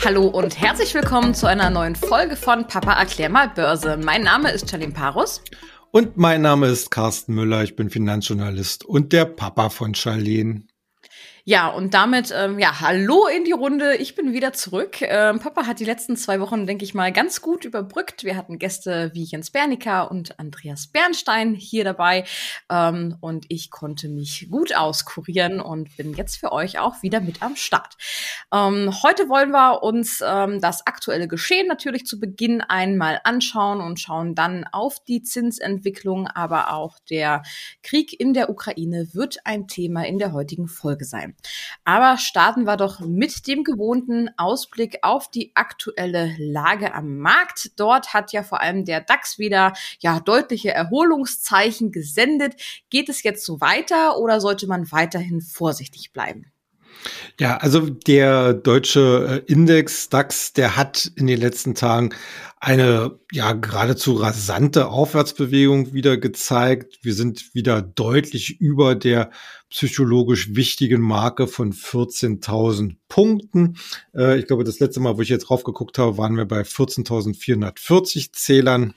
Hallo und herzlich willkommen zu einer neuen Folge von Papa erklär mal Börse. Mein Name ist Charlene Parus. Und mein Name ist Carsten Müller, ich bin Finanzjournalist und der Papa von Charlene. Ja, und damit, hallo in die Runde. Ich bin wieder zurück. Papa hat die letzten 2 Wochen, denke ich mal, ganz gut überbrückt. Wir hatten Gäste wie Jens Bernicker und Andreas Bernstein hier dabei. Und ich konnte mich gut auskurieren und bin jetzt für euch auch wieder mit am Start. Heute wollen wir uns das aktuelle Geschehen natürlich zu Beginn einmal anschauen und schauen dann auf die Zinsentwicklung, aber auch der Krieg in der Ukraine wird ein Thema in der heutigen Folge sein. Aber starten wir doch mit dem gewohnten Ausblick auf die aktuelle Lage am Markt. Dort hat ja vor allem der DAX wieder deutliche Erholungszeichen gesendet. Geht es jetzt so weiter oder sollte man weiterhin vorsichtig bleiben? Ja, also der deutsche Index DAX, der hat in den letzten Tagen eine geradezu rasante Aufwärtsbewegung wieder gezeigt. Wir sind wieder deutlich über der psychologisch wichtigen Marke von 14.000 Punkten. Ich glaube, das letzte Mal, wo ich jetzt drauf geguckt habe, waren wir bei 14.440 Zählern.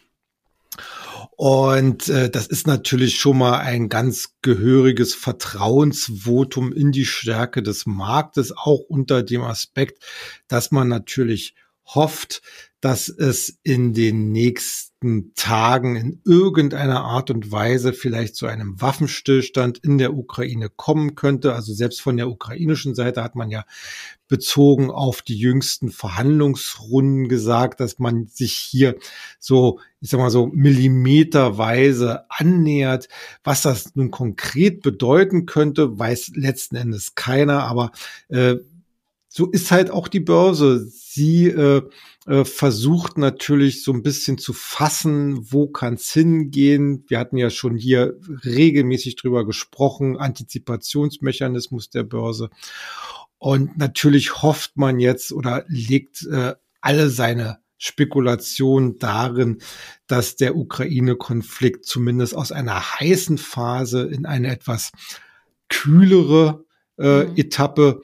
Und das ist natürlich schon mal ein ganz gehöriges Vertrauensvotum in die Stärke des Marktes, auch unter dem Aspekt, dass man natürlich hofft, dass es in den nächsten Tagen in irgendeiner Art und Weise vielleicht zu einem Waffenstillstand in der Ukraine kommen könnte. Also selbst von der ukrainischen Seite hat man ja bezogen auf die jüngsten Verhandlungsrunden gesagt, dass man sich hier so, ich sag mal so, millimeterweise annähert. Was das nun konkret bedeuten könnte, weiß letzten Endes keiner, aber so ist halt auch die Börse. Sie versucht natürlich so ein bisschen zu fassen, wo kann es hingehen. Wir hatten ja schon hier regelmäßig drüber gesprochen, Antizipationsmechanismus der Börse. Und natürlich hofft man jetzt oder legt alle seine Spekulation darin, dass der Ukraine-Konflikt zumindest aus einer heißen Phase in eine etwas kühlere Etappe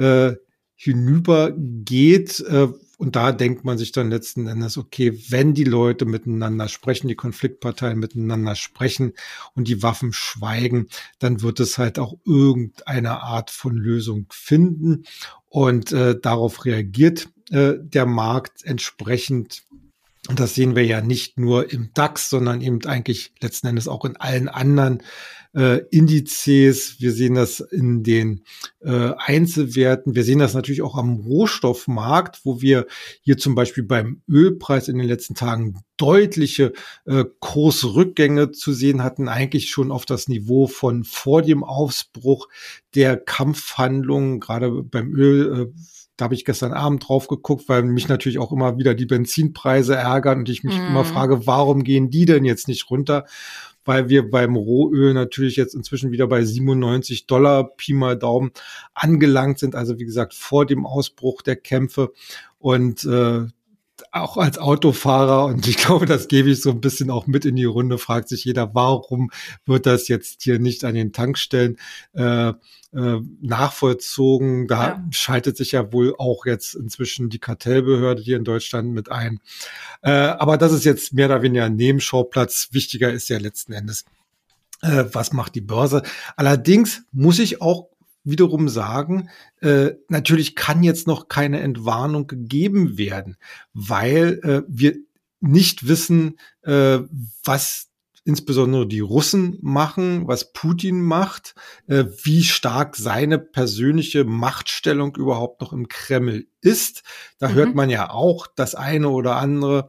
hinübergeht. Und da denkt man sich dann letzten Endes, okay, wenn die Leute miteinander sprechen, die Konfliktparteien miteinander sprechen und die Waffen schweigen, dann wird es halt auch irgendeine Art von Lösung finden. Und darauf reagiert der Markt entsprechend. Und das sehen wir ja nicht nur im DAX, sondern eben eigentlich letzten Endes auch in allen anderen Indizes. Wir sehen das in den Einzelwerten. Wir sehen das natürlich auch am Rohstoffmarkt, wo wir hier zum Beispiel beim Ölpreis in den letzten Tagen deutliche Kursrückgänge zu sehen hatten, eigentlich schon auf das Niveau von vor dem Ausbruch der Kampfhandlungen, gerade beim Öl. Da habe ich gestern Abend drauf geguckt, weil mich natürlich auch immer wieder die Benzinpreise ärgern und ich mich immer frage, warum gehen die denn jetzt nicht runter? Weil wir beim Rohöl natürlich jetzt inzwischen wieder bei $97 Pi mal Daumen angelangt sind. Also wie gesagt, vor dem Ausbruch der Kämpfe und auch als Autofahrer, und ich glaube, das gebe ich so ein bisschen auch mit in die Runde, fragt sich jeder, warum wird das jetzt hier nicht an den Tankstellen nachvollzogen? Da schaltet sich ja wohl auch jetzt inzwischen die Kartellbehörde hier in Deutschland mit ein. Aber das ist jetzt mehr oder weniger ein Nebenschauplatz. Wichtiger ist ja letzten Endes, was macht die Börse? Allerdings muss ich auch wiederum sagen, natürlich kann jetzt noch keine Entwarnung gegeben werden, weil wir nicht wissen, was insbesondere die Russen machen, was Putin macht, wie stark seine persönliche Machtstellung überhaupt noch im Kreml ist. Da hört man ja auch das eine oder andere,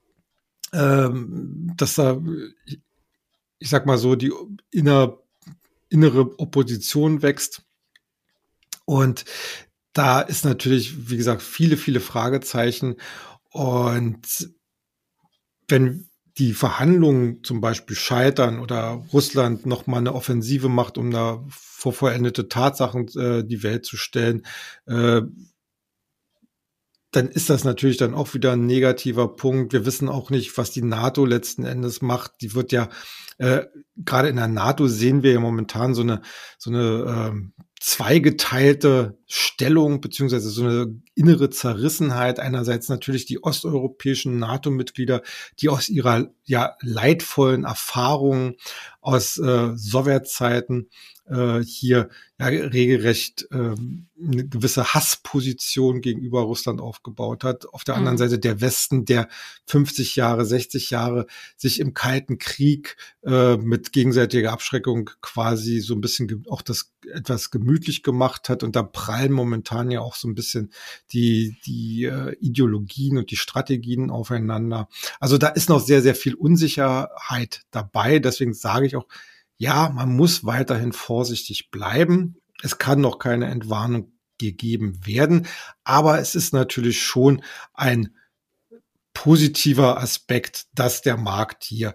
dass da, ich sag mal so, die innere Opposition wächst. Und da ist natürlich, wie gesagt, viele, viele Fragezeichen. Und wenn die Verhandlungen zum Beispiel scheitern oder Russland noch mal eine Offensive macht, um da vor vollendete Tatsachen die Welt zu stellen, dann ist das natürlich dann auch wieder ein negativer Punkt. Wir wissen auch nicht, was die NATO letzten Endes macht. Die wird ja, gerade in der NATO sehen wir ja momentan so eine zweigeteilte Stellung beziehungsweise so eine innere Zerrissenheit. Einerseits natürlich die osteuropäischen NATO-Mitglieder, die aus ihrer leidvollen Erfahrungen aus Sowjetzeiten hier regelrecht eine gewisse Hassposition gegenüber Russland aufgebaut hat. Auf der anderen Seite der Westen, der 50 Jahre, 60 Jahre sich im Kalten Krieg mit gegenseitiger Abschreckung quasi so ein bisschen auch das etwas gemütlich gemacht hat. Und da prallen momentan ja auch so ein bisschen die Ideologien und die Strategien aufeinander. Also da ist noch sehr, sehr viel Unsicherheit dabei. Deswegen sage ich auch, ja, man muss weiterhin vorsichtig bleiben. Es kann noch keine Entwarnung gegeben werden, aber es ist natürlich schon ein positiver Aspekt, dass der Markt hier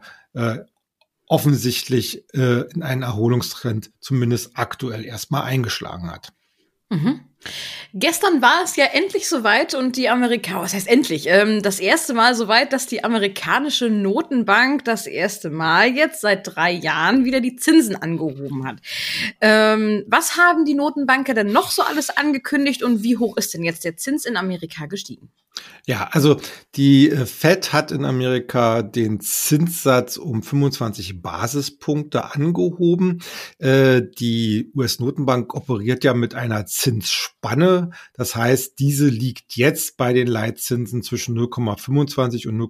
offensichtlich in einen Erholungstrend zumindest aktuell erstmal eingeschlagen hat. Mhm. Gestern war es ja endlich soweit und die Amerikaner, was heißt endlich? Das erste Mal soweit, dass die amerikanische Notenbank das erste Mal jetzt seit 3 Jahren wieder die Zinsen angehoben hat. Was haben die Notenbanker denn noch so alles angekündigt und wie hoch ist denn jetzt der Zins in Amerika gestiegen? Ja, also die Fed hat in Amerika den Zinssatz um 25 Basispunkte angehoben. Die US-Notenbank operiert ja mit einer Zinsspanne. Das heißt, diese liegt jetzt bei den Leitzinsen zwischen 0,25 und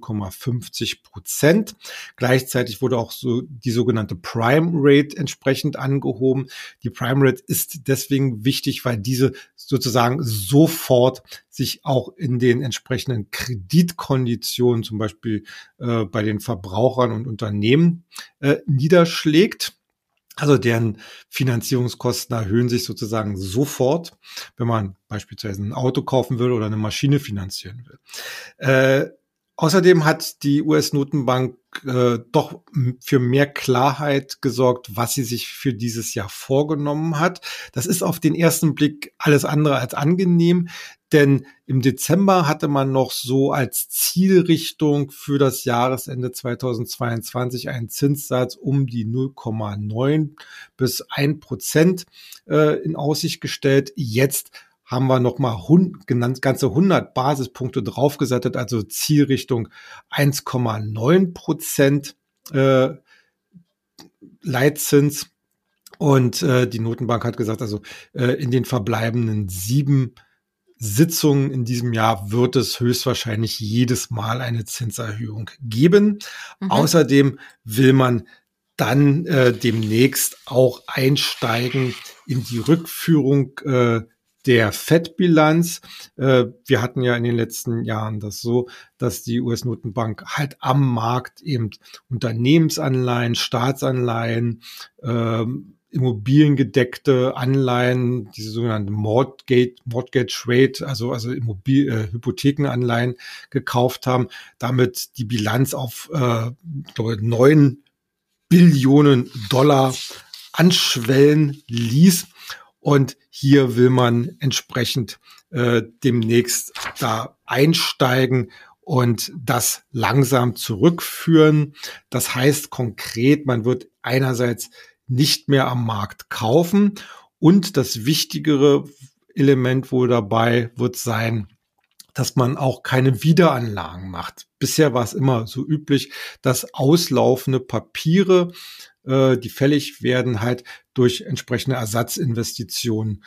0,50%. Gleichzeitig wurde auch so die sogenannte Prime Rate entsprechend angehoben. Die Prime Rate ist deswegen wichtig, weil diese sozusagen sofort sich auch in den entsprechenden Kreditkonditionen, zum Beispiel bei den Verbrauchern und Unternehmen, niederschlägt. Also deren Finanzierungskosten erhöhen sich sozusagen sofort, wenn man beispielsweise ein Auto kaufen will oder eine Maschine finanzieren will. Außerdem hat die US-Notenbank doch für mehr Klarheit gesorgt, was sie sich für dieses Jahr vorgenommen hat. Das ist auf den ersten Blick alles andere als angenehm, denn im Dezember hatte man noch so als Zielrichtung für das Jahresende 2022 einen Zinssatz um die 0,9 bis 1% in Aussicht gestellt. Jetzt haben wir nochmal ganze 100 Basispunkte draufgesetzt, also Zielrichtung 1,9% Leitzins. Und die Notenbank hat gesagt, also in den verbleibenden 7 Sitzungen in diesem Jahr wird es höchstwahrscheinlich jedes Mal eine Zinserhöhung geben. Außerdem will man dann demnächst auch einsteigen in die Rückführung der Fed-Bilanz. Wir hatten ja in den letzten Jahren das so, dass die US-Notenbank halt am Markt eben Unternehmensanleihen, Staatsanleihen, immobiliengedeckte Anleihen, diese sogenannten Mortgage Rate, also Hypothekenanleihen gekauft haben, damit die Bilanz auf 9 Billionen Dollar anschwellen ließ. Und hier will man entsprechend demnächst da einsteigen und das langsam zurückführen. Das heißt konkret, man wird einerseits nicht mehr am Markt kaufen und das wichtigere Element wohl dabei wird sein, dass man auch keine Wiederanlagen macht. Bisher war es immer so üblich, dass auslaufende Papiere, die fällig werden, halt durch entsprechende Ersatzinvestitionen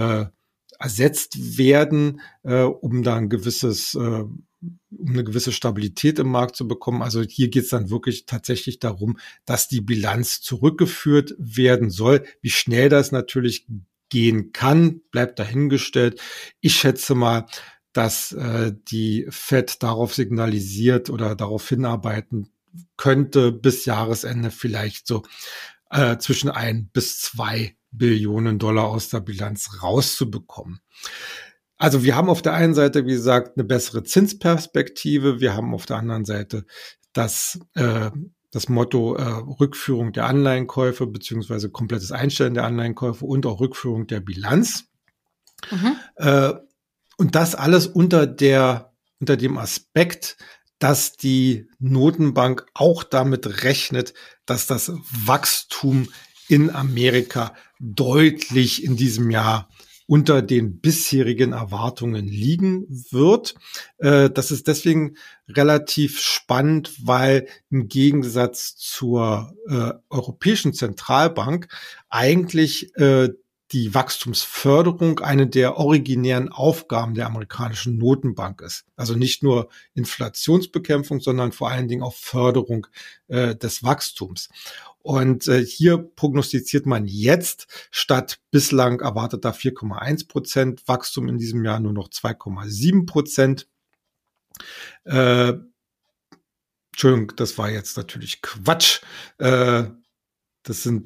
ersetzt werden, um da um eine gewisse Stabilität im Markt zu bekommen. Also hier geht es dann wirklich tatsächlich darum, dass die Bilanz zurückgeführt werden soll. Wie schnell das natürlich gehen kann, bleibt dahingestellt. Ich schätze mal, dass die Fed darauf signalisiert oder darauf hinarbeiten könnte, bis Jahresende vielleicht so zwischen 1 bis 2 Billionen Dollar aus der Bilanz rauszubekommen. Also wir haben auf der einen Seite, wie gesagt, eine bessere Zinsperspektive. Wir haben auf der anderen Seite das Motto Rückführung der Anleihenkäufe beziehungsweise komplettes Einstellen der Anleihenkäufe und auch Rückführung der Bilanz. Und das alles unter dem Aspekt, dass die Notenbank auch damit rechnet, dass das Wachstum in Amerika deutlich in diesem Jahr unter den bisherigen Erwartungen liegen wird. Das ist deswegen relativ spannend, weil im Gegensatz zur Europäischen Zentralbank eigentlich die Wachstumsförderung eine der originären Aufgaben der amerikanischen Notenbank ist. Also nicht nur Inflationsbekämpfung, sondern vor allen Dingen auch Förderung des Wachstums. Und hier prognostiziert man jetzt statt bislang erwarteter 4,1% Wachstum in diesem Jahr nur noch 2,7%. Entschuldigung, das war jetzt natürlich Quatsch. Das sind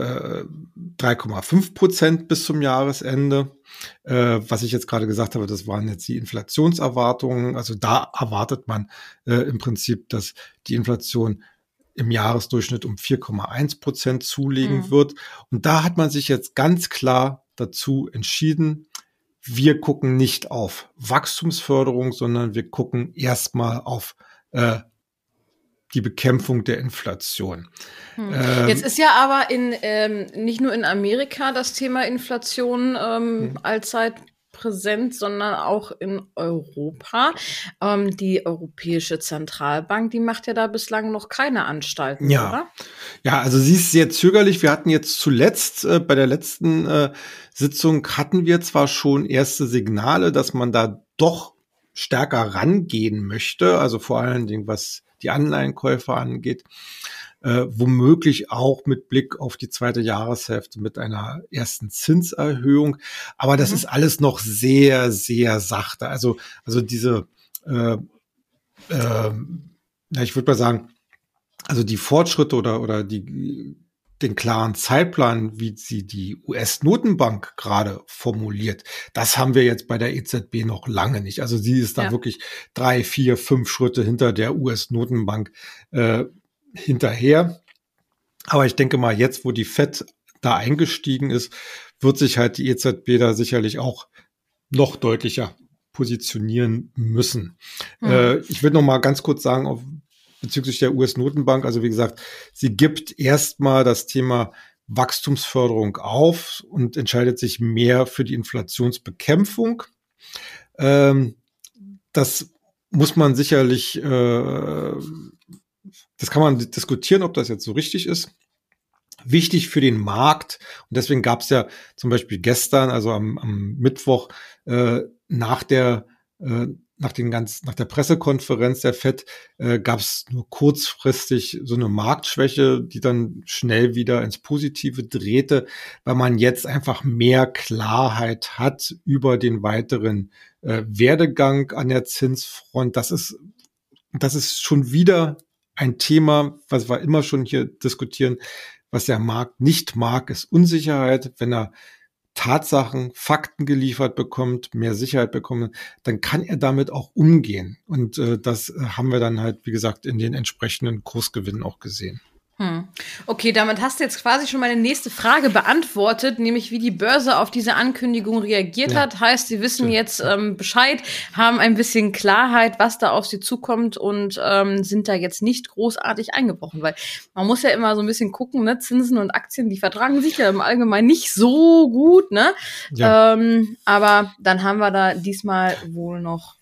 3,5% bis zum Jahresende. Was ich jetzt gerade gesagt habe, das waren jetzt die Inflationserwartungen. Also da erwartet man im Prinzip, dass die Inflation im Jahresdurchschnitt um 4,1% zulegen wird. Und da hat man sich jetzt ganz klar dazu entschieden, wir gucken nicht auf Wachstumsförderung, sondern wir gucken erstmal auf die Bekämpfung der Inflation. Jetzt ist ja aber nicht nur in Amerika das Thema Inflation allzeit präsent, sondern auch in Europa. Die Europäische Zentralbank, die macht ja da bislang noch keine Anstalten, oder? Ja, also sie ist sehr zögerlich. Wir hatten jetzt zuletzt, bei der letzten Sitzung hatten wir zwar schon erste Signale, dass man da doch stärker rangehen möchte, also vor allen Dingen, was die Anleihenkäufe angeht, womöglich auch mit Blick auf die zweite Jahreshälfte mit einer ersten Zinserhöhung. Aber das ist alles noch sehr, sehr sachte. Also diese, ich würde mal sagen, also die Fortschritte oder den klaren Zeitplan, wie sie die US-Notenbank gerade formuliert, das haben wir jetzt bei der EZB noch lange nicht. Also sie ist da wirklich 3, 4, 5 Schritte hinter der US-Notenbank hinterher. Aber ich denke mal, jetzt, wo die FED da eingestiegen ist, wird sich halt die EZB da sicherlich auch noch deutlicher positionieren müssen. Ich will noch mal ganz kurz sagen, bezüglich der US-Notenbank, also wie gesagt, sie gibt erstmal das Thema Wachstumsförderung auf und entscheidet sich mehr für die Inflationsbekämpfung. Das muss man sicherlich, das kann man diskutieren, ob das jetzt so richtig ist. Wichtig für den Markt, und deswegen gab es ja zum Beispiel gestern, also am Mittwoch, nach der Pressekonferenz der FED gab es nur kurzfristig so eine Marktschwäche, die dann schnell wieder ins Positive drehte, weil man jetzt einfach mehr Klarheit hat über den weiteren Werdegang an der Zinsfront. Das ist schon wieder ein Thema, was wir immer schon hier diskutieren. Was der Markt nicht mag, ist Unsicherheit. Wenn er Tatsachen, Fakten geliefert bekommt, mehr Sicherheit bekommt, dann kann er damit auch umgehen. Und das haben wir dann halt, wie gesagt, in den entsprechenden Kursgewinnen auch gesehen. Okay, damit hast du jetzt quasi schon meine nächste Frage beantwortet, nämlich wie die Börse auf diese Ankündigung reagiert hat. Heißt, sie wissen jetzt Bescheid, haben ein bisschen Klarheit, was da auf sie zukommt und sind da jetzt nicht großartig eingebrochen. Weil man muss ja immer so ein bisschen gucken, ne? Zinsen und Aktien, die vertragen sich ja im Allgemeinen nicht so gut, ne? Ja. Aber dann haben wir da diesmal wohl noch,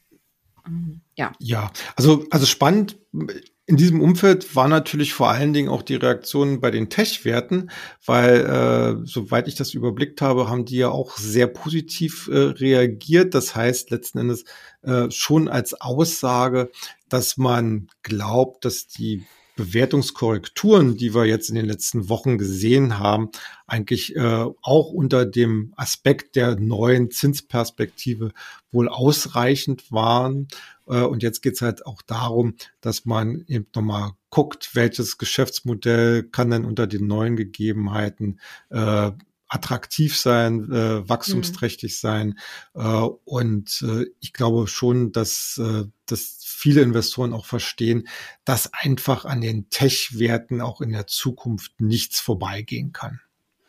Ja, also spannend. In diesem Umfeld war natürlich vor allen Dingen auch die Reaktion bei den Tech-Werten, weil, soweit ich das überblickt habe, haben die ja auch sehr positiv reagiert. Das heißt letzten Endes schon als Aussage, dass man glaubt, dass die Bewertungskorrekturen, die wir jetzt in den letzten Wochen gesehen haben, eigentlich auch unter dem Aspekt der neuen Zinsperspektive wohl ausreichend waren. Und jetzt geht's halt auch darum, dass man eben nochmal guckt, welches Geschäftsmodell kann denn unter den neuen Gegebenheiten attraktiv sein, wachstumsträchtig sein. Und ich glaube schon, dass viele Investoren auch verstehen, dass einfach an den Tech-Werten auch in der Zukunft nichts vorbeigehen kann.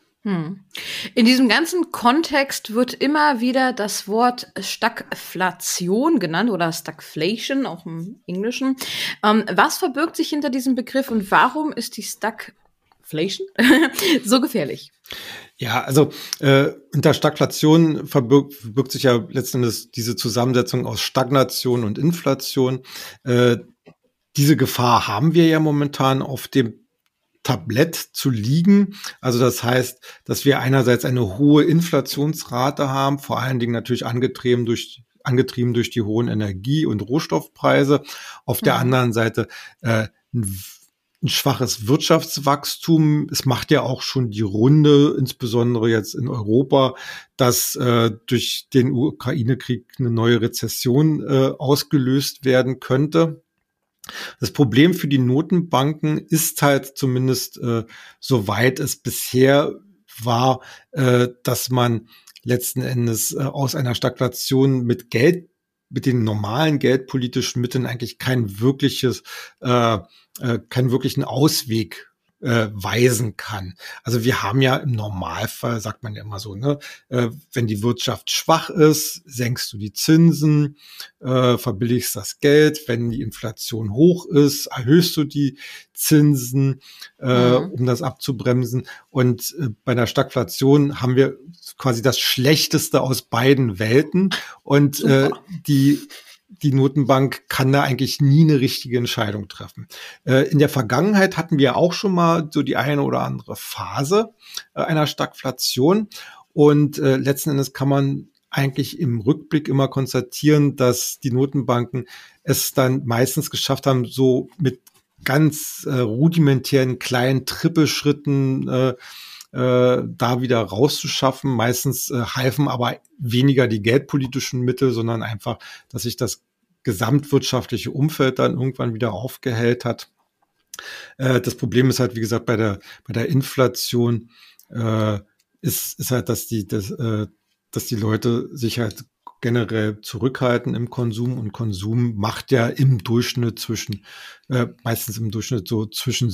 In diesem ganzen Kontext wird immer wieder das Wort Stagflation genannt oder Stagflation, auch im Englischen. Was verbirgt sich hinter diesem Begriff und warum ist die Stagflation Stagflation so gefährlich? Ja, also unter Stagflation verbirgt sich ja letzten Endes diese Zusammensetzung aus Stagnation und Inflation. Diese Gefahr haben wir ja momentan auf dem Tablett zu liegen. Also das heißt, dass wir einerseits eine hohe Inflationsrate haben, vor allen Dingen natürlich angetrieben durch die hohen Energie- und Rohstoffpreise. Auf der anderen Seite ein schwaches Wirtschaftswachstum. Es macht ja auch schon die Runde, insbesondere jetzt in Europa, dass durch den Ukraine-Krieg eine neue Rezession ausgelöst werden könnte. Das Problem für die Notenbanken ist halt zumindest, soweit es bisher war, dass man letzten Endes aus einer Stagflation mit den normalen geldpolitischen Mitteln eigentlich keinen wirklichen Ausweg weisen kann. Also wir haben ja im Normalfall, sagt man ja immer so, ne, wenn die Wirtschaft schwach ist, senkst du die Zinsen, verbilligst das Geld. Wenn die Inflation hoch ist, erhöhst du die Zinsen, um das abzubremsen. Und bei der Stagflation haben wir quasi das Schlechteste aus beiden Welten. Und die Notenbank kann da eigentlich nie eine richtige Entscheidung treffen. In der Vergangenheit hatten wir auch schon mal so die eine oder andere Phase einer Stagflation. Und letzten Endes kann man eigentlich im Rückblick immer konstatieren, dass die Notenbanken es dann meistens geschafft haben, so mit ganz rudimentären kleinen Trippelschritten da wieder rauszuschaffen. Meistens halfen aber weniger die geldpolitischen Mittel, sondern einfach, dass sich das gesamtwirtschaftliche Umfeld dann irgendwann wieder aufgehellt hat. Das Problem ist halt, wie gesagt, bei der Inflation ist halt, dass die Leute sich halt generell zurückhalten im Konsum, und Konsum macht ja meistens im Durchschnitt so zwischen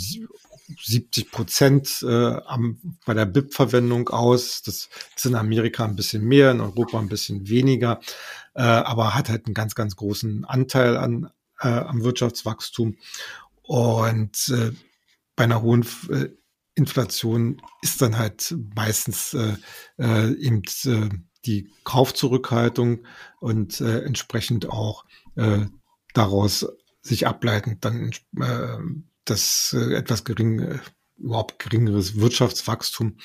70% bei der BIP-Verwendung aus. Das ist in Amerika ein bisschen mehr, in Europa ein bisschen weniger, aber hat halt einen ganz, ganz großen Anteil am Wirtschaftswachstum. Und bei einer hohen Inflation ist dann halt meistens eben die Kaufzurückhaltung und entsprechend auch daraus sich ableitend dann das überhaupt geringeres Wirtschaftswachstum.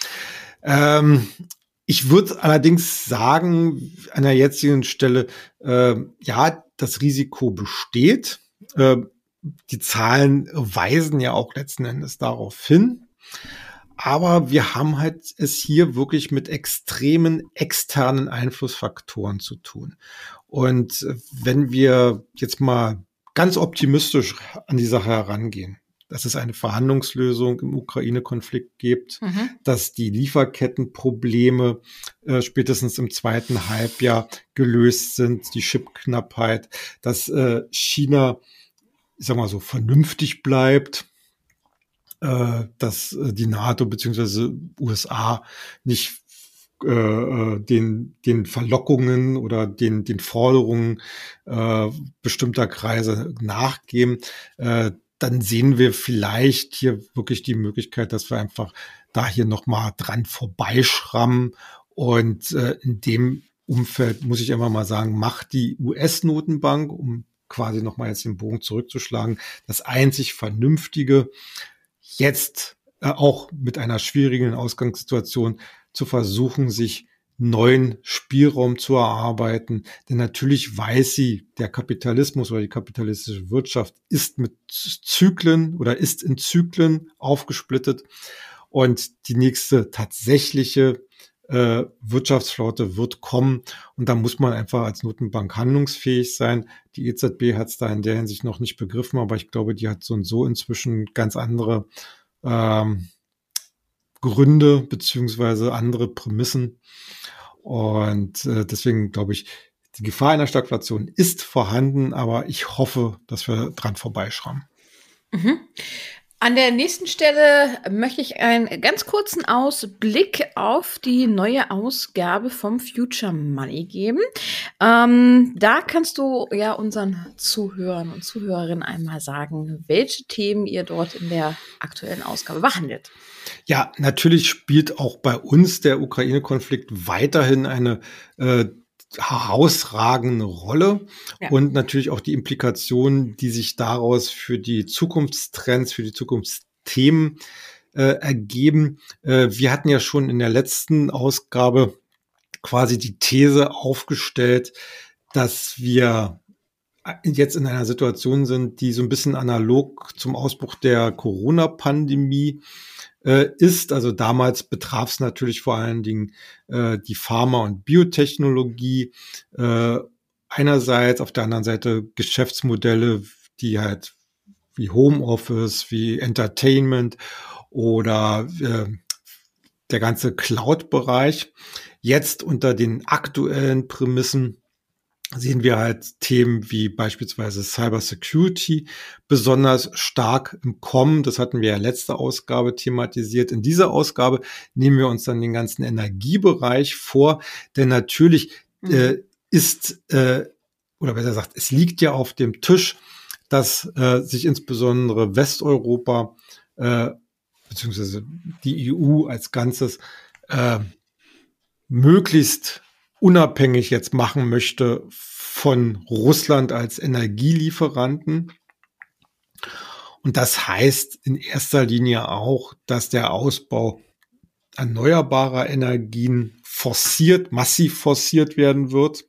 Ich würde allerdings sagen, an der jetzigen Stelle, ja, das Risiko besteht. Die Zahlen weisen ja auch letzten Endes darauf hin. Aber wir haben halt es hier wirklich mit extremen externen Einflussfaktoren zu tun. Und wenn wir jetzt mal ganz optimistisch an die Sache herangehen, dass es eine Verhandlungslösung im Ukraine-Konflikt gibt, dass die Lieferkettenprobleme spätestens im zweiten Halbjahr gelöst sind, die Chipknappheit, dass China, ich sag mal so, vernünftig bleibt, dass die NATO bzw. USA nicht den Verlockungen oder den Forderungen bestimmter Kreise nachgeben, dann sehen wir vielleicht hier wirklich die Möglichkeit, dass wir einfach da hier nochmal dran vorbeischrammen. Und in dem Umfeld muss ich einfach mal sagen, macht die US-Notenbank, um quasi nochmal jetzt den Bogen zurückzuschlagen, das einzig Vernünftige, jetzt auch mit einer schwierigen Ausgangssituation zu versuchen, sich neuen Spielraum zu erarbeiten. Denn natürlich weiß sie, der Kapitalismus oder die kapitalistische Wirtschaft ist mit Zyklen oder ist in Zyklen aufgesplittet. Und die nächste tatsächliche Wirtschaftsflaute wird kommen. Und da muss man einfach als Notenbank handlungsfähig sein. Die EZB hat es da in der Hinsicht noch nicht begriffen, aber ich glaube, die hat so und so inzwischen ganz andere Gründe beziehungsweise andere Prämissen. Und deswegen glaube ich, die Gefahr einer Stagflation ist vorhanden, aber ich hoffe, dass wir dran vorbeischrammen. An der nächsten Stelle möchte ich einen ganz kurzen Ausblick auf die neue Ausgabe vom Future Money geben. Da kannst du ja unseren Zuhörern und Zuhörerinnen einmal sagen, welche Themen ihr dort in der aktuellen Ausgabe behandelt. Ja, natürlich spielt auch bei uns der Ukraine-Konflikt weiterhin eine herausragende Rolle Ja. und natürlich auch die Implikationen, die sich daraus für die Zukunftstrends, für die Zukunftsthemen ergeben. Wir hatten ja schon in der letzten Ausgabe quasi die These aufgestellt, dass wir jetzt in einer Situation sind, die so ein bisschen analog zum Ausbruch der Corona-Pandemie ist. Also damals betraf es natürlich vor allen Dingen die Pharma- und Biotechnologie. Einerseits, auf der anderen Seite Geschäftsmodelle, die halt wie Homeoffice, wie Entertainment oder der ganze Cloud-Bereich. Jetzt unter den aktuellen Prämissen sehen wir halt Themen wie beispielsweise Cybersecurity besonders stark im Kommen. Das hatten wir ja letzte Ausgabe thematisiert. In dieser Ausgabe nehmen wir uns dann den ganzen Energiebereich vor, denn natürlich oder besser gesagt, es liegt ja auf dem Tisch, dass sich insbesondere Westeuropa beziehungsweise die EU als Ganzes möglichst unabhängig jetzt machen möchte von Russland als Energielieferanten. Und das heißt in erster Linie auch, dass der Ausbau erneuerbarer Energien massiv forciert werden wird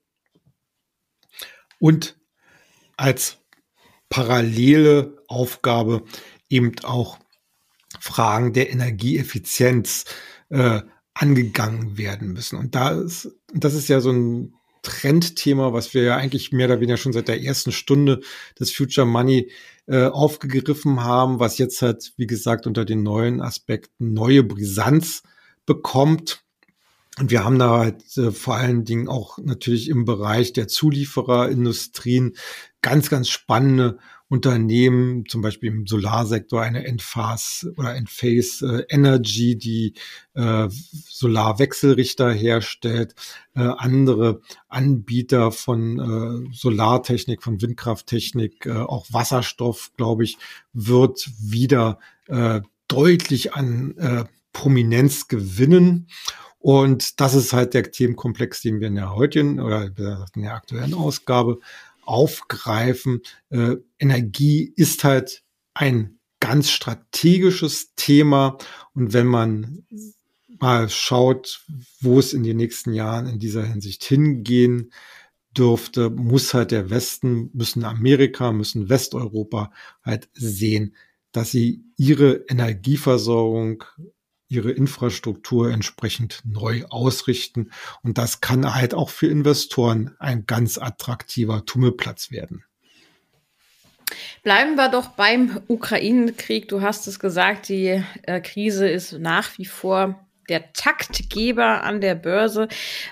und als parallele Aufgabe eben auch Fragen der Energieeffizienz angegangen werden müssen. Und das ist ja so ein Trendthema, was wir ja eigentlich mehr oder weniger schon seit der ersten Stunde des Future Money aufgegriffen haben, was jetzt halt, wie gesagt, unter den neuen Aspekten neue Brisanz bekommt. Und wir haben da halt vor allen Dingen auch natürlich im Bereich der Zuliefererindustrien ganz, ganz spannende Unternehmen, zum Beispiel im Solarsektor eine Enphase Energy, die Solarwechselrichter herstellt, andere Anbieter von Solartechnik, von Windkrafttechnik, auch Wasserstoff, glaube ich, wird wieder deutlich an Prominenz gewinnen. Und das ist halt der Themenkomplex, den wir in der heutigen oder in der aktuellen Ausgabe aufgreifen. Energie ist halt ein ganz strategisches Thema. Und wenn man mal schaut, wo es in den nächsten Jahren in dieser Hinsicht hingehen dürfte, muss halt der Westen, müssen Amerika, müssen Westeuropa halt sehen, dass sie ihre Energieversorgung, ihre Infrastruktur entsprechend neu ausrichten. Und das kann halt auch für Investoren ein ganz attraktiver Tummelplatz werden. Bleiben wir doch beim Ukraine-Krieg. Du hast es gesagt, die Krise ist nach wie vor der Taktgeber an der Börse.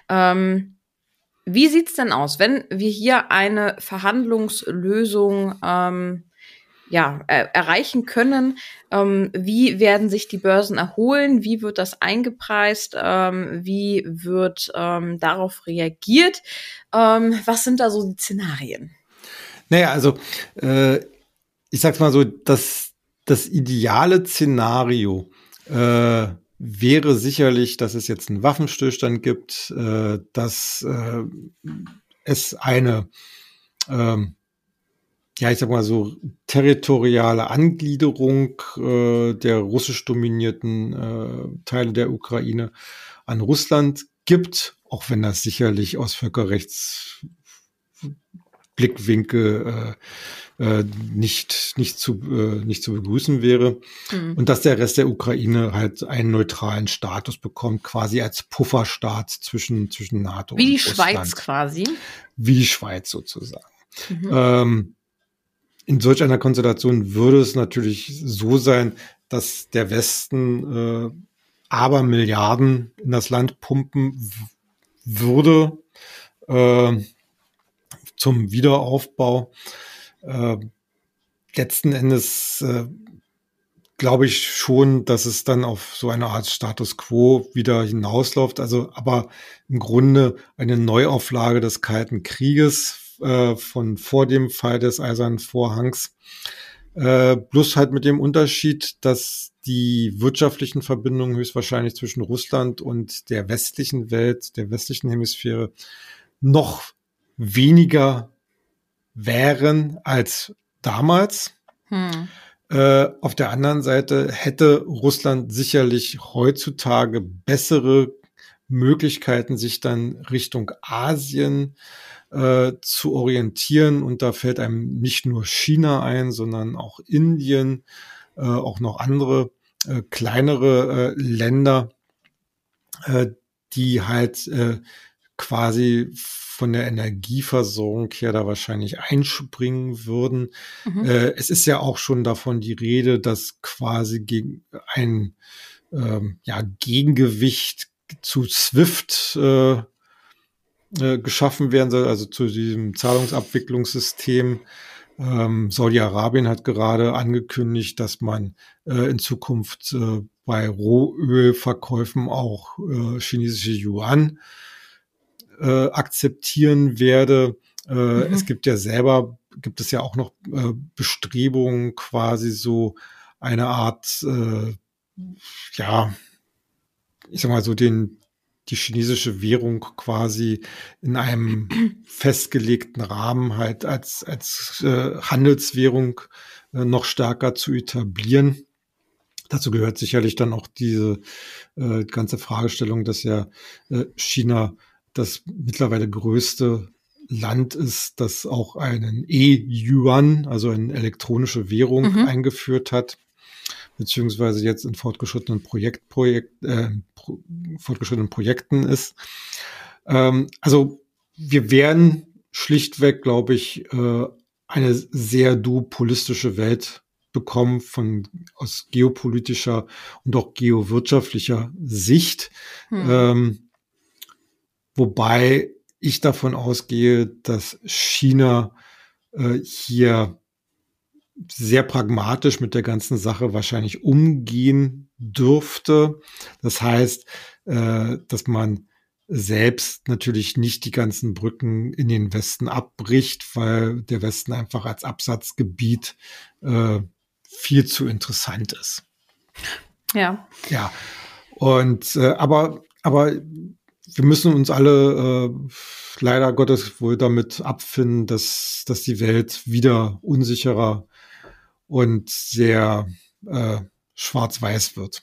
Wie sieht's denn aus, wenn wir hier eine Verhandlungslösung erreichen können? Wie werden sich die Börsen erholen? Wie wird das eingepreist? Wie wird darauf reagiert? Was sind da so die Szenarien? Naja, also ich sag's mal so, das ideale Szenario wäre sicherlich, dass es jetzt einen Waffenstillstand gibt, dass es eine ich sag mal so, territoriale Angliederung der russisch dominierten Teile der Ukraine an Russland gibt, auch wenn das sicherlich aus Völkerrechtsblickwinkel nicht zu begrüßen wäre. Und dass der Rest der Ukraine halt einen neutralen Status bekommt, quasi als Pufferstaat zwischen NATO und Russland. Wie die Schweiz quasi. Wie die Schweiz sozusagen. In solch einer Konstellation würde es natürlich so sein, dass der Westen aber Milliarden in das Land pumpen würde zum Wiederaufbau. Letzten Endes glaube ich schon, dass es dann auf so eine Art Status quo wieder hinausläuft. Also, aber im Grunde eine Neuauflage des Kalten Krieges von vor dem Fall des Eisernen Vorhangs. Bloß halt mit dem Unterschied, dass die wirtschaftlichen Verbindungen höchstwahrscheinlich zwischen Russland und der westlichen Welt, der westlichen Hemisphäre, noch weniger wären als damals. Auf der anderen Seite hätte Russland sicherlich heutzutage bessere Möglichkeiten, sich dann Richtung Asien zu orientieren. Und da fällt einem nicht nur China ein, sondern auch Indien, auch noch andere kleinere Länder, die halt quasi von der Energieversorgung her da wahrscheinlich einspringen würden. Es ist ja auch schon davon die Rede, dass quasi gegen ein Gegengewicht zu SWIFT geschaffen werden soll, also zu diesem Zahlungsabwicklungssystem. Saudi-Arabien hat gerade angekündigt, dass man in Zukunft bei Rohölverkäufen auch chinesische Yuan akzeptieren werde. Es gibt es ja auch noch Bestrebungen, quasi so eine Art, ich sag mal so die chinesische Währung quasi in einem festgelegten Rahmen halt als Handelswährung noch stärker zu etablieren. Dazu gehört sicherlich dann auch diese ganze Fragestellung, dass ja China das mittlerweile größte Land ist, das auch einen E-Yuan, also eine elektronische Währung eingeführt hat, beziehungsweise jetzt in fortgeschrittenen Projekten ist. Also wir werden schlichtweg, glaube ich, eine sehr duopolistische Welt bekommen aus geopolitischer und auch geowirtschaftlicher Sicht. Wobei ich davon ausgehe, dass China hier sehr pragmatisch mit der ganzen Sache wahrscheinlich umgehen dürfte. Das heißt, dass man selbst natürlich nicht die ganzen Brücken in den Westen abbricht, weil der Westen einfach als Absatzgebiet viel zu interessant ist. Ja. Ja. Und aber wir müssen uns alle leider Gottes wohl damit abfinden, dass die Welt wieder unsicherer und sehr schwarz-weiß wird.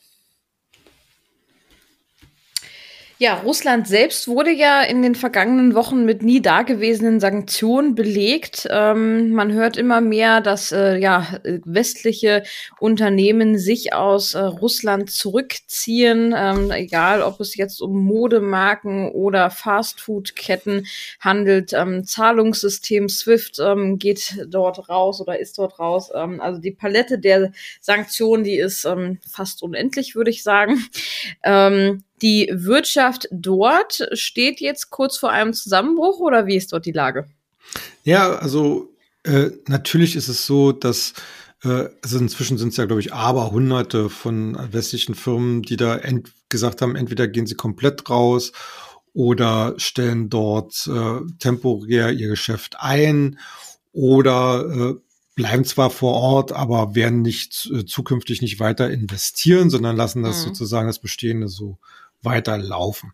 Ja, Russland selbst wurde ja in den vergangenen Wochen mit nie dagewesenen Sanktionen belegt. Man hört immer mehr, dass westliche Unternehmen sich aus Russland zurückziehen, egal ob es jetzt um Modemarken oder Fastfood-Ketten handelt. Zahlungssystem SWIFT geht dort raus oder ist dort raus. Also die Palette der Sanktionen, die ist fast unendlich, würde ich sagen. Die Wirtschaft dort steht jetzt kurz vor einem Zusammenbruch oder wie ist dort die Lage? Ja, also natürlich ist es so, dass also inzwischen sind es ja, glaube ich, aber Hunderte von westlichen Firmen, die da gesagt haben, entweder gehen sie komplett raus oder stellen dort temporär ihr Geschäft ein oder bleiben zwar vor Ort, aber werden nicht zukünftig nicht weiter investieren, sondern lassen das sozusagen das Bestehende so weiterlaufen.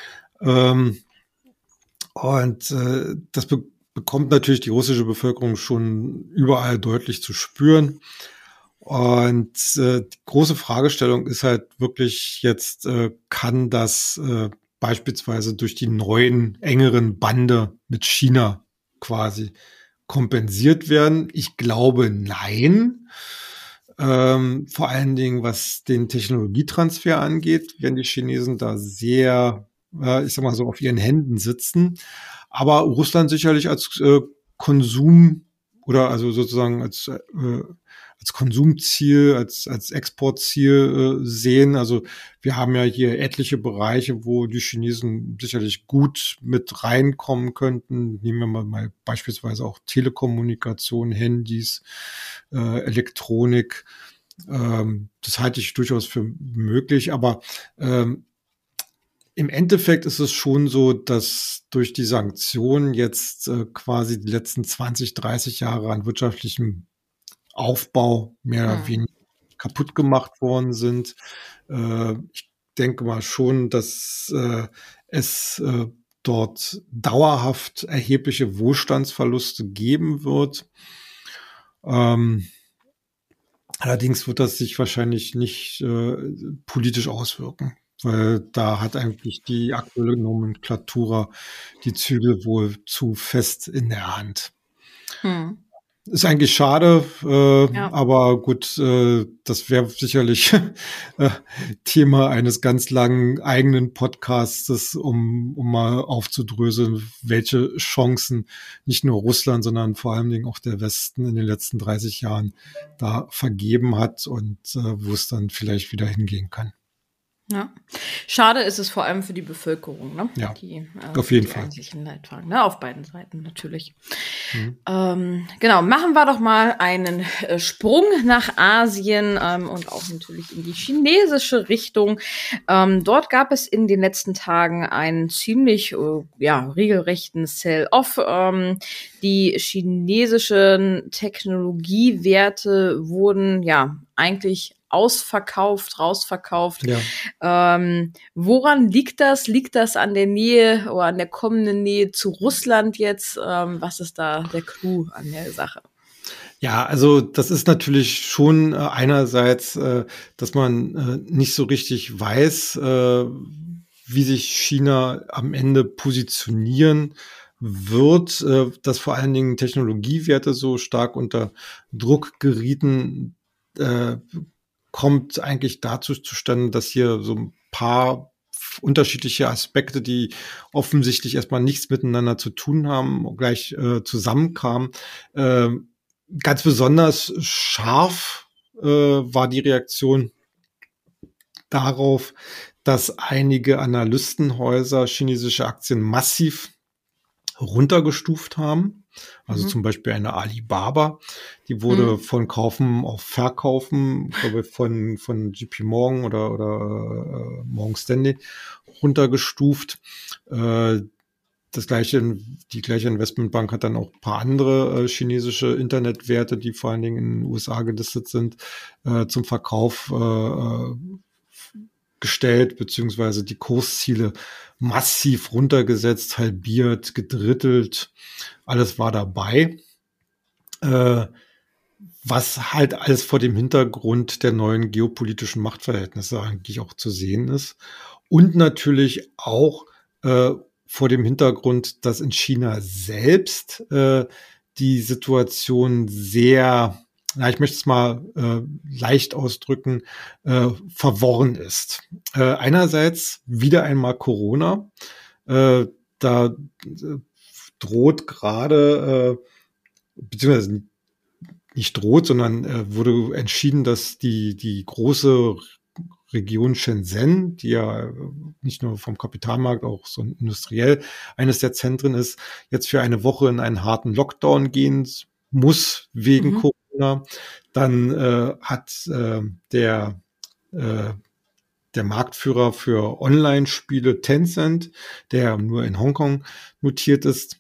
Das bekommt natürlich die russische Bevölkerung schon überall deutlich zu spüren. Und die große Fragestellung ist halt wirklich jetzt, kann das beispielsweise durch die neuen, engeren Bande mit China quasi kompensiert werden? Ich glaube, nein. Vor allen Dingen, was den Technologietransfer angeht, werden die Chinesen da sehr, ich sag mal so, auf ihren Händen sitzen. Aber Russland sicherlich als Konsum oder also sozusagen als Konsumziel, als Exportziel sehen. Also wir haben ja hier etliche Bereiche, wo die Chinesen sicherlich gut mit reinkommen könnten. Nehmen wir mal beispielsweise auch Telekommunikation, Handys, Elektronik. Das halte ich durchaus für möglich, aber im Endeffekt ist es schon so, dass durch die Sanktionen jetzt quasi die letzten 20, 30 Jahre an wirtschaftlichem Aufbau mehr oder weniger kaputt gemacht worden sind. Ich denke mal schon, dass es dort dauerhaft erhebliche Wohlstandsverluste geben wird. Allerdings wird das sich wahrscheinlich nicht politisch auswirken, weil da hat eigentlich die aktuelle Nomenklatura die Zügel wohl zu fest in der Hand. Ist eigentlich schade, aber gut, das wäre sicherlich Thema eines ganz langen eigenen Podcastes, um mal aufzudröseln, welche Chancen nicht nur Russland, sondern vor allen Dingen auch der Westen in den letzten 30 Jahren da vergeben hat und wo es dann vielleicht wieder hingehen kann. Ja. Schade ist es vor allem für die Bevölkerung, ne? Ja, die, auf jeden die Fall. eigentlichen Leidtragenden, ne? Auf beiden Seiten natürlich. Genau, machen wir doch mal einen Sprung nach Asien und auch natürlich in die chinesische Richtung. Dort gab es in den letzten Tagen einen ziemlich regelrechten Sell-off. Die chinesischen Technologiewerte wurden eigentlich rausverkauft. Ja. Woran liegt das? Liegt das an der Nähe oder an der kommenden Nähe zu Russland jetzt? Was ist da der Clou an der Sache? Ja, also das ist natürlich schon einerseits, dass man nicht so richtig weiß, wie sich China am Ende positionieren wird, dass vor allen Dingen Technologiewerte so stark unter Druck gerieten, kommt eigentlich dazu zustande, dass hier so ein paar unterschiedliche Aspekte, die offensichtlich erstmal nichts miteinander zu tun haben, gleich zusammenkamen. Ganz besonders scharf war die Reaktion darauf, dass einige Analystenhäuser chinesische Aktien massiv runtergestuft haben. Also zum Beispiel eine Alibaba, die wurde von Kaufen auf Verkaufen, glaube ich, von JP Morgan oder Morgan Stanley runtergestuft. Die gleiche Investmentbank hat dann auch ein paar andere chinesische Internetwerte, die vor allen Dingen in den USA gelistet sind, zum Verkauf gestellt, beziehungsweise die Kursziele massiv runtergesetzt, halbiert, gedrittelt. Alles war dabei. Was halt alles vor dem Hintergrund der neuen geopolitischen Machtverhältnisse eigentlich auch zu sehen ist. Und natürlich auch vor dem Hintergrund, dass in China selbst die Situation sehr, ich möchte es mal leicht ausdrücken, verworren ist. Einerseits wieder einmal Corona. Da droht gerade, beziehungsweise nicht droht, sondern wurde entschieden, dass die große Region Shenzhen, die ja nicht nur vom Kapitalmarkt, auch so industriell eines der Zentren ist, jetzt für eine Woche in einen harten Lockdown gehen muss wegen Corona. Dann hat der Marktführer für Online-Spiele Tencent, der nur in Hongkong notiert ist,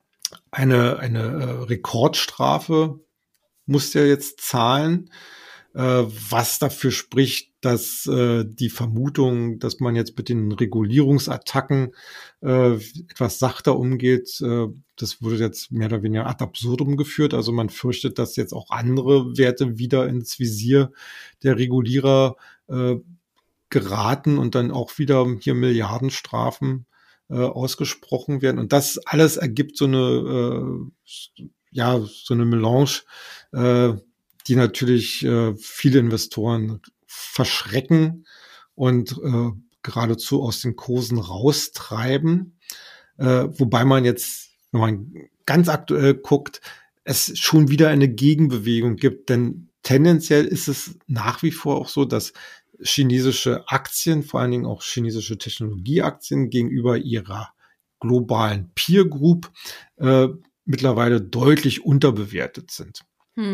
eine Rekordstrafe muss der jetzt zahlen, was dafür spricht, dass die Vermutung, dass man jetzt mit den Regulierungsattacken etwas sachter umgeht, das wurde jetzt mehr oder weniger ad absurdum geführt. Also man fürchtet, dass jetzt auch andere Werte wieder ins Visier der Regulierer geraten und dann auch wieder hier Milliardenstrafen ausgesprochen werden. Und das alles ergibt so eine Melange, die natürlich viele Investoren verschrecken und geradezu aus den Kursen raustreiben. Wobei man jetzt, wenn man ganz aktuell guckt, es schon wieder eine Gegenbewegung gibt. Denn tendenziell ist es nach wie vor auch so, dass chinesische Aktien, vor allen Dingen auch chinesische Technologieaktien gegenüber ihrer globalen Peer Group mittlerweile deutlich unterbewertet sind.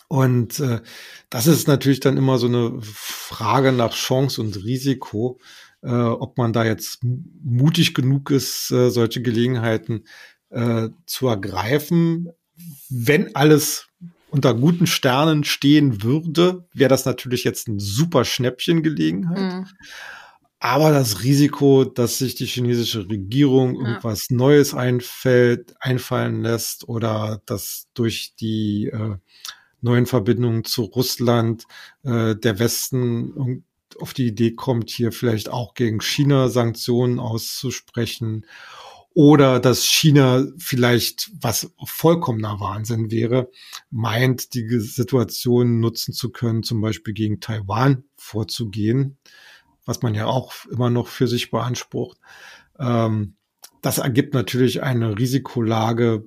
Und das ist natürlich dann immer so eine Frage nach Chance und Risiko, ob man da jetzt mutig genug ist, solche Gelegenheiten zu ergreifen. Wenn alles unter guten Sternen stehen würde, wäre das natürlich jetzt ein super Schnäppchen-Gelegenheit. Mhm. Aber das Risiko, dass sich die chinesische Regierung irgendwas Neues einfallen lässt oder dass durch die neuen Verbindungen zu Russland der Westen auf die Idee kommt, hier vielleicht auch gegen China Sanktionen auszusprechen oder dass China vielleicht, was vollkommener Wahnsinn wäre, meint, die Situation nutzen zu können, zum Beispiel gegen Taiwan vorzugehen, was man ja auch immer noch für sich beansprucht. Das ergibt natürlich eine Risikolage.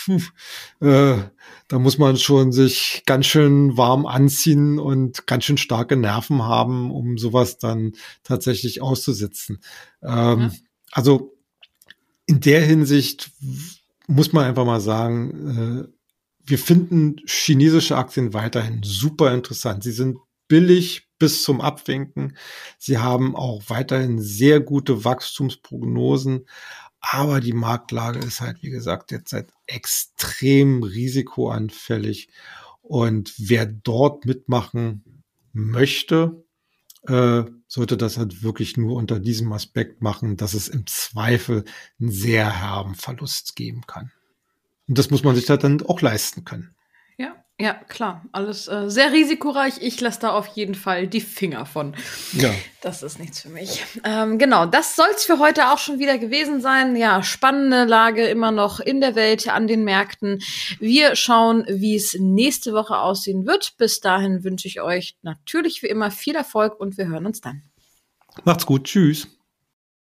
Da muss man schon sich ganz schön warm anziehen und ganz schön starke Nerven haben, um sowas dann tatsächlich auszusitzen. Also in der Hinsicht muss man einfach mal sagen, wir finden chinesische Aktien weiterhin super interessant. Sie sind billig bis zum Abwinken. Sie haben auch weiterhin sehr gute Wachstumsprognosen. Aber die Marktlage ist halt, wie gesagt, jetzt halt extrem risikoanfällig. Und wer dort mitmachen möchte, sollte das halt wirklich nur unter diesem Aspekt machen, dass es im Zweifel einen sehr herben Verlust geben kann. Und das muss man sich halt dann auch leisten können. Ja, klar. Alles sehr risikoreich. Ich lasse da auf jeden Fall die Finger von. Ja. Das ist nichts für mich. Genau, das soll's für heute auch schon wieder gewesen sein. Ja, spannende Lage immer noch in der Welt, an den Märkten. Wir schauen, wie es nächste Woche aussehen wird. Bis dahin wünsche ich euch natürlich wie immer viel Erfolg und wir hören uns dann. Macht's gut. Tschüss.